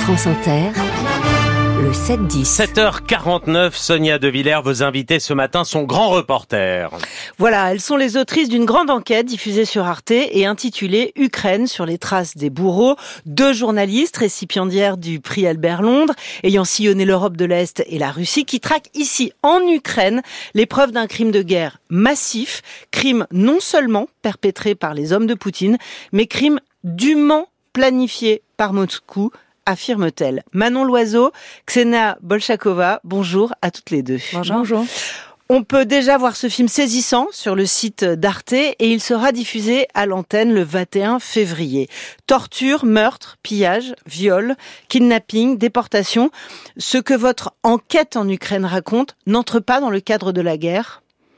France Inter, le 7-10. 7h49, Sonia De Villers, vos invités ce matin sont grands reporters. Voilà, elles sont les autrices d'une grande enquête diffusée sur Arte et intitulée « Ukraine sur les traces des bourreaux ». 2 journalistes récipiendaires du prix Albert Londres, ayant sillonné l'Europe de l'Est et la Russie, qui traquent ici, en Ukraine, les preuves d'un crime de guerre massif, crime non seulement perpétré par les hommes de Poutine, mais crime dûment planifié par Moscou, affirme-t-elle. Manon Loiseau, Ksenia Bolchakova, bonjour à toutes les deux. Bonjour. On peut déjà voir ce film saisissant sur le site d'Arte et il sera diffusé à l'antenne le 21 février. Torture, meurtre, pillage, viol, kidnapping, déportation. Ce que votre enquête en Ukraine raconte n'entre pas dans le cadre de la guerre.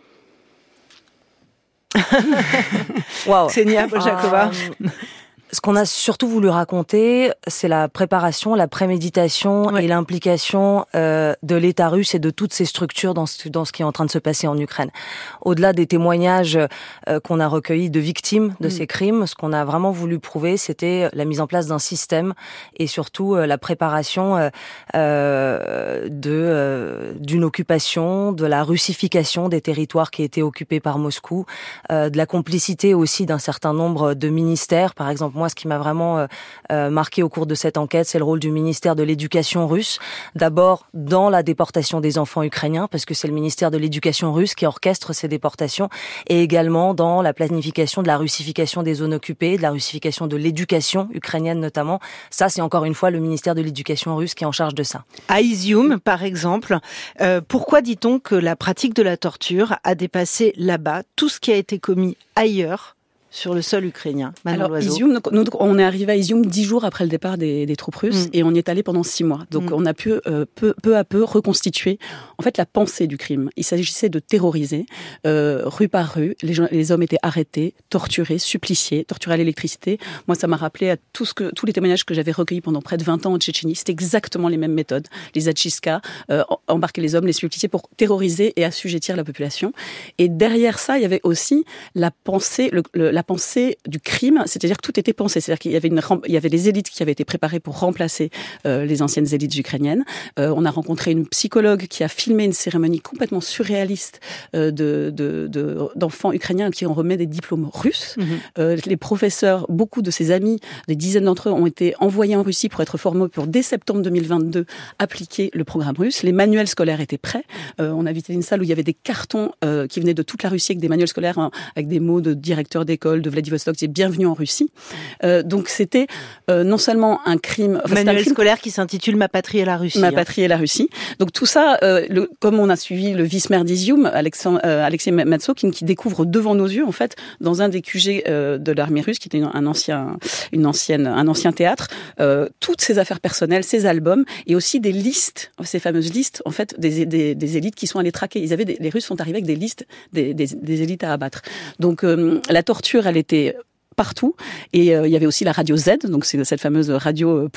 Wow. Ksenia Bolchakova. Ce qu'on a surtout voulu raconter, c'est la préparation, la préméditation et l'implication de l'État russe et de toutes ces structures dans ce qui est en train de se passer en Ukraine. Au-delà des témoignages qu'on a recueillis de victimes de ces crimes, ce qu'on a vraiment voulu prouver, c'était la mise en place d'un système et surtout la préparation d'une occupation, de la russification des territoires qui étaient occupés par Moscou, de la complicité aussi d'un certain nombre de ministères. Par exemple, moi, ce qui m'a vraiment marqué au cours de cette enquête, c'est le rôle du ministère de l'Éducation russe. D'abord, dans la déportation des enfants ukrainiens, parce que c'est le ministère de l'Éducation russe qui orchestre ces déportations, et également dans la planification de la russification des zones occupées, de la russification de l'éducation ukrainienne notamment. Ça, c'est encore une fois le ministère de l'Éducation russe qui est en charge de ça. À Izium, par exemple, pourquoi dit-on que la pratique de la torture a dépassé là-bas tout ce qui a été commis ailleurs sur le sol ukrainien? Alors, Izium, on est arrivé à Izium 10 jours après le départ des troupes russes et on y est allé pendant 6 mois. Donc, on a pu peu à peu reconstituer en fait la pensée du crime. Il s'agissait de terroriser rue par rue. Les hommes étaient arrêtés, torturés, suppliciés, torturés à l'électricité. Moi, ça m'a rappelé à tous les témoignages que j'avais recueillis pendant près de 20 ans en Tchétchénie. C'était exactement les mêmes méthodes. Les atchiskas, embarquer les hommes, les supplicier pour terroriser et assujettir la population. Et derrière ça, il y avait aussi la pensée, la pensée du crime, c'est-à-dire que tout était pensé. C'est-à-dire qu'il y avait des élites qui avaient été préparées pour remplacer les anciennes élites ukrainiennes. On a rencontré une psychologue qui a filmé une cérémonie complètement surréaliste d'enfants ukrainiens qui ont remis des diplômes russes. Les professeurs, beaucoup de ses amis, des dizaines d'entre eux ont été envoyés en Russie pour être formés pour, dès septembre 2022, appliquer le programme russe. Les manuels scolaires étaient prêts. On a visité une salle où il y avait des cartons qui venaient de toute la Russie avec des manuels scolaires, avec des mots de directeur d'école, de Vladivostok, c'est bienvenue en Russie. Donc c'était non seulement un crime... Manuel scolaire qui s'intitule « Ma patrie et la Russie ». Ma patrie et la Russie. Donc tout ça, comme on a suivi le vice-maire d'Izium, Alexei Matso, qui découvre devant nos yeux, en fait, dans un des QG de l'armée russe, qui était un ancien théâtre, toutes ses affaires personnelles, ses albums, et aussi des listes, ces fameuses listes, en fait, des élites qui sont allées traquer. Les Russes sont arrivés avec des listes des élites à abattre. Donc la torture, elle était partout. Et il y avait aussi la radio Z, donc c'est cette fameuse radio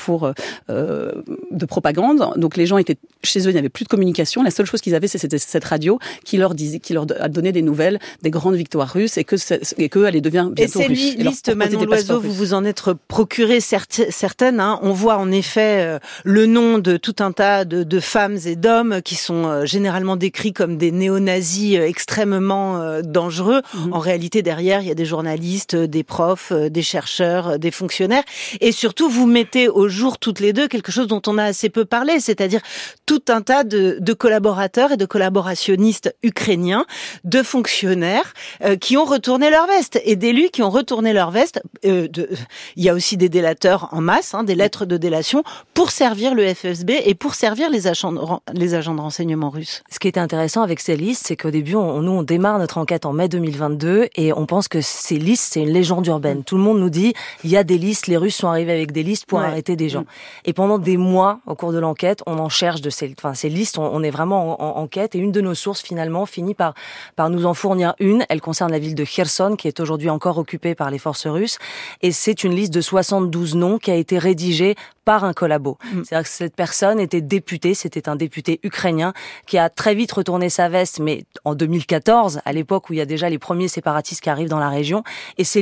de propagande. Donc les gens étaient chez eux, il n'y avait plus de communication. La seule chose qu'ils avaient, c'était cette radio qui leur a donné des nouvelles des grandes victoires russes et que elle devient bientôt russe. Et ces listes, Manon Loiseau, vous vous en êtes procuré certaines. On voit en effet le nom de tout un tas de femmes et d'hommes qui sont généralement décrits comme des néo-nazis extrêmement dangereux. En réalité, derrière, il y a des journalistes, des profs, des chercheurs, des fonctionnaires. Et surtout, vous mettez au jour toutes les deux quelque chose dont on a assez peu parlé, c'est-à-dire tout un tas de collaborateurs et de collaborationnistes ukrainiens, de fonctionnaires qui ont retourné leur veste et d'élus qui ont retourné leur veste. Il y a aussi des délateurs en masse, des lettres de délation pour servir le FSB et pour servir les agents de renseignement russes. Ce qui était intéressant avec ces listes, c'est qu'au début, on démarre notre enquête en mai 2022 et on pense que ces listes, c'est une légende urbaine. Tout le monde nous dit, il y a des listes, les Russes sont arrivés avec des listes pour arrêter des gens. Et pendant des mois, au cours de l'enquête, on en cherche de ces listes, on est vraiment en quête. Et une de nos sources, finalement, finit par nous en fournir une. Elle concerne la ville de Kherson, qui est aujourd'hui encore occupée par les forces russes. Et c'est une liste de 72 noms qui a été rédigée par un collabo. C'est-à-dire que cette personne était députée, c'était un député ukrainien qui a très vite retourné sa veste, mais en 2014, à l'époque où il y a déjà les premiers séparatistes qui arrivent dans la région. Et c'est lui qui va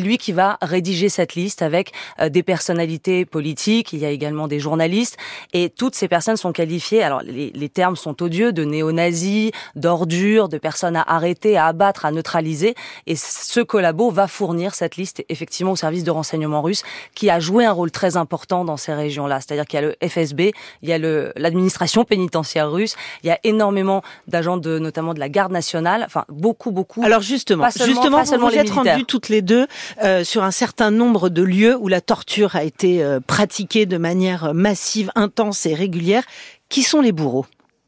a rédigé cette liste avec des personnalités politiques, il y a également des journalistes, et toutes ces personnes sont qualifiées, alors les termes sont odieux, de néo-nazis, d'ordures, de personnes à arrêter, à abattre, à neutraliser, et ce collabo va fournir cette liste effectivement au service de renseignement russe, qui a joué un rôle très important dans ces régions-là. C'est-à-dire qu'il y a le FSB, il y a l'administration pénitentiaire russe, il y a énormément d'agents notamment de la garde nationale, enfin beaucoup. Alors justement, vous vous êtes rendues toutes les deux sur un certain nombre de lieux où la torture a été pratiquée de manière massive, intense et régulière. Qui sont les bourreaux ?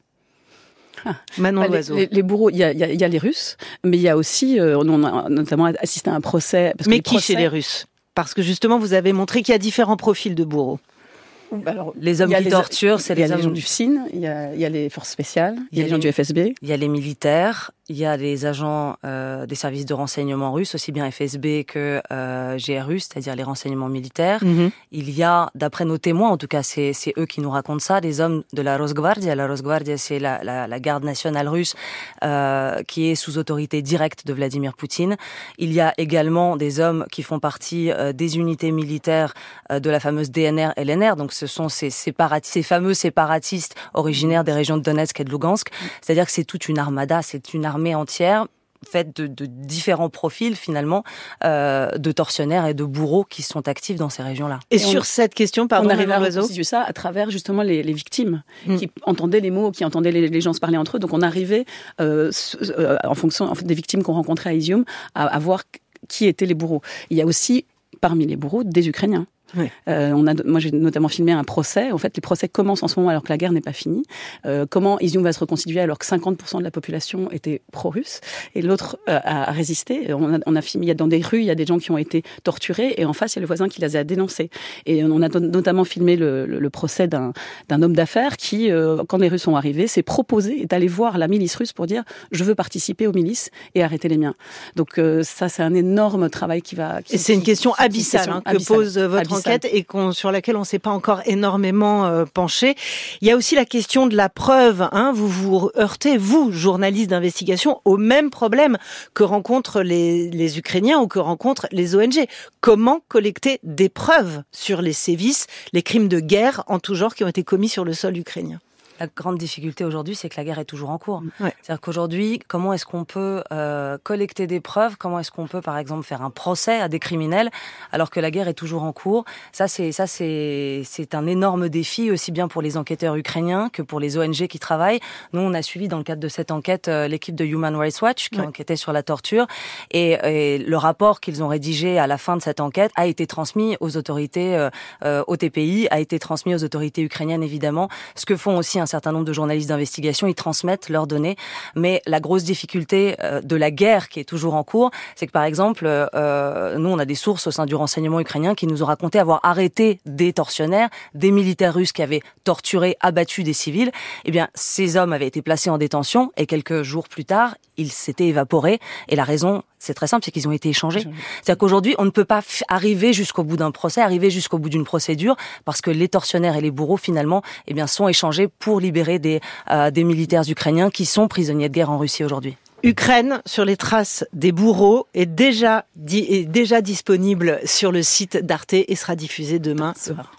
Manon Loiseau. Les bourreaux, il y a les Russes, mais il y a aussi, on a notamment assisté à un procès. Mais qui chez les Russes ? Parce que justement, vous avez montré qu'il y a différents profils de bourreaux. Alors, les hommes qui torturent, c'est les gens du FSIN, il y a les forces spéciales, il y a les gens du FSB. Il y a les militaires, il y a les agents des services de renseignement russes, aussi bien FSB que GRU, c'est-à-dire les renseignements militaires. Mm-hmm. Il y a, d'après nos témoins, en tout cas c'est eux qui nous racontent ça, des hommes de la Rosgvardia. La Rosgvardia, c'est la garde nationale russe qui est sous autorité directe de Vladimir Poutine. Il y a également des hommes qui font partie des unités militaires de la fameuse DNR-LNR, donc ce sont ces fameux séparatistes originaires des régions de Donetsk et de Lugansk. C'est-à-dire que c'est toute une armada, c'est une armée entière faite de différents profils finalement de tortionnaires et de bourreaux qui sont actifs dans ces régions-là. Et sur cette question, pardon, on arrive à reconstituer ça à travers justement les victimes qui entendaient les mots, qui entendaient les gens se parler entre eux. Donc on arrivait en fonction des victimes qu'on rencontrait à Izium à voir qui étaient les bourreaux. Il y a aussi parmi les bourreaux des Ukrainiens. Oui. Moi, j'ai notamment filmé un procès. En fait, les procès commencent en ce moment alors que la guerre n'est pas finie. Comment Izium va se reconstituer alors que 50% de la population était pro-russe et l'autre a résisté. On a filmé, il y a dans des rues, il y a des gens qui ont été torturés et en face, il y a le voisin qui les a dénoncés. Et on a notamment filmé le procès d'un homme d'affaires qui, quand les Russes sont arrivés, s'est proposé, est allé voir la milice russe pour dire « je veux participer aux milices et arrêter les miens ». Donc ça, c'est un énorme travail qui va... Et c'est une question abyssale que pose votre enquête et sur laquelle on ne s'est pas encore énormément penché. Il y a aussi la question de la preuve. Vous vous heurtez, vous, journalistes d'investigation, au même problème que rencontrent les Ukrainiens ou que rencontrent les ONG. Comment collecter des preuves sur les sévices, les crimes de guerre en tout genre qui ont été commis sur le sol ukrainien ? La grande difficulté aujourd'hui, c'est que la guerre est toujours en cours. Ouais. C'est-à-dire qu'aujourd'hui, comment est-ce qu'on peut collecter des preuves ? Comment est-ce qu'on peut, par exemple, faire un procès à des criminels alors que la guerre est toujours en cours ? Ça, c'est un énorme défi, aussi bien pour les enquêteurs ukrainiens que pour les ONG qui travaillent. Nous, on a suivi dans le cadre de cette enquête l'équipe de Human Rights Watch qui enquêtait sur la torture et le rapport qu'ils ont rédigé à la fin de cette enquête a été transmis aux autorités au TPI, a été transmis aux autorités ukrainiennes évidemment. Ce que font aussi un certain nombre de journalistes d'investigation, ils transmettent leurs données. Mais la grosse difficulté de la guerre qui est toujours en cours, c'est que par exemple, nous on a des sources au sein du renseignement ukrainien qui nous ont raconté avoir arrêté des tortionnaires, des militaires russes qui avaient torturé, abattu des civils. Eh bien, ces hommes avaient été placés en détention et quelques jours plus tard, ils s'étaient évaporés. Et la raison, c'est très simple, c'est qu'ils ont été échangés. C'est-à-dire qu'aujourd'hui, on ne peut pas arriver jusqu'au bout d'un procès, arriver jusqu'au bout d'une procédure, parce que les tortionnaires et les bourreaux, finalement, eh bien, sont échangés pour libérer des militaires ukrainiens qui sont prisonniers de guerre en Russie aujourd'hui. Ukraine, sur les traces des bourreaux, est déjà disponible sur le site d'Arte et sera diffusé demain soir.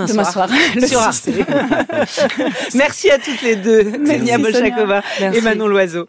Sur Arte. Merci à toutes les deux, Ksenia Bolchakova et Manon Loiseau.